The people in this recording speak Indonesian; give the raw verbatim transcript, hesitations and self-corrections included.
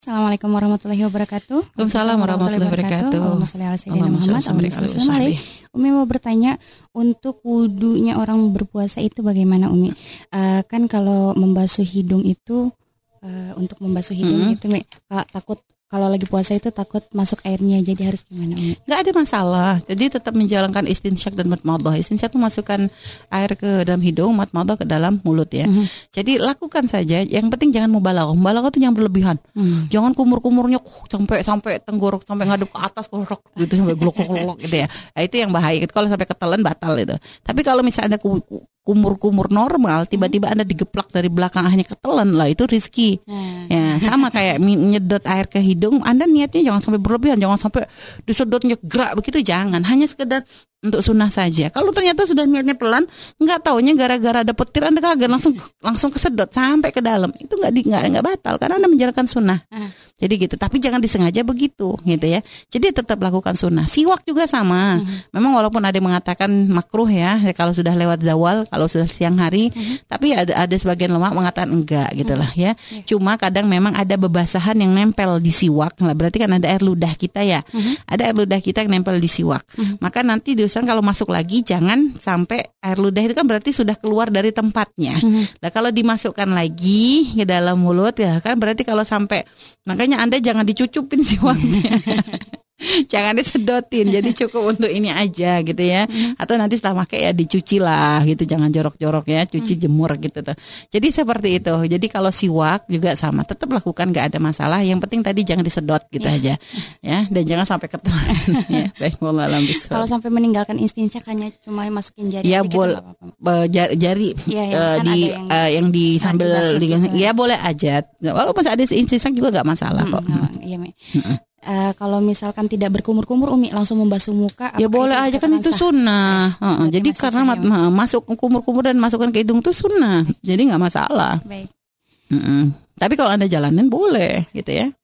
Assalamualaikum warahmatullahi wabarakatuh. Waalaikumsalam warahmatullahi wabarakatuh. Allahumma sholli ala sayyidina Muhammad. Allahumma sholli. Umi mau bertanya, untuk wudunya orang berpuasa itu bagaimana, Umi? Uh, kan kalau membasuh hidung itu uh, untuk membasuh hidung hmm. itu Mi, takut kalau lagi puasa itu takut masuk airnya, jadi harus gimana, Umi? Nggak ada masalah. Jadi tetap menjalankan istinsyak dan madmadah. Istinsyak itu masukkan air ke dalam hidung, madmadah ke dalam mulut ya. Mm-hmm. Jadi lakukan saja. Yang penting jangan mubalaghah. Mubalaghah itu jangan berlebihan. Mm. Jangan kumur-kumurnya uh, sampai sampai tenggorok, sampai ngadep ke atas korok gitu, sampai glok-glok gitu ya. Nah, itu yang bahaya. Kalau sampai ketelan batal itu. Tapi kalau misalnya ada kumur-kumur normal, tiba-tiba Anda digeplak dari belakang akhirnya ketelan, lah itu rizki. Hmm. Ya, sama kayak nyedot air ke hidung, Anda niatnya jangan sampai berlebihan, jangan sampai disedotnya gerak begitu, jangan. Hanya sekedar untuk sunnah saja. Kalau ternyata sudah niatnya pelan, nggak taunya gara-gara ada petir Anda kaget langsung langsung kesedot sampai ke dalam. Itu nggak di nggak nggak batal karena Anda menjalankan sunnah. Hmm. Jadi gitu. Tapi jangan disengaja begitu, gitu ya. Jadi tetap lakukan sunnah. Siwak juga sama. Hmm. Memang walaupun ada yang mengatakan makruh ya, ya kalau sudah lewat zawal, kalau sudah siang hari, hmm. tapi ada ada sebagian ulama mengatakan enggak, gitulah ya. Hmm. Cuma kadang memang ada bebasahan yang nempel di siwak. Nah, berarti kan ada air ludah kita ya. Hmm. Ada air ludah kita yang nempel di siwak. Hmm. Maka nanti diusahakan kalau masuk lagi jangan sampai air ludah itu kan berarti sudah keluar dari tempatnya. Hmm. Nah, kalau dimasukkan lagi ke dalam mulut ya kan berarti kalau sampai, makanya Anda jangan dicucupin siwaknya. Jangan disedotin, jadi cukup untuk ini aja gitu ya. Atau nanti setelah pakai ya dicuci lah gitu, jangan jorok-jorok ya, cuci jemur gitu tuh. Jadi seperti itu. Jadi kalau siwak juga sama, tetap lakukan, nggak ada masalah. Yang penting tadi jangan disedot gitu ya. aja, ya. Dan jangan sampai ketelan. Ya, baik, wallahu a'lam bishawab. Kalau sampai meninggalkan istinsyak hanya cuma masukin jari. Ya boleh, jari, jari ya, ya, uh, kan di yang, uh, yang di sambil di, gitu. Ya boleh aja. Walaupun ada istinsyak juga nggak masalah kok. Hmm, iya, Mi. Hmm. Uh, kalau misalkan tidak berkumur-kumur, Umi langsung membasuh muka. Ya boleh aja kan itu sunnah. Uh, uh, jadi karena mat, ma- masuk kumur-kumur dan masukkan ke hidung itu sunnah. Jadi nggak masalah. Baik. Uh-uh. Tapi kalau Anda jalanin boleh gitu ya.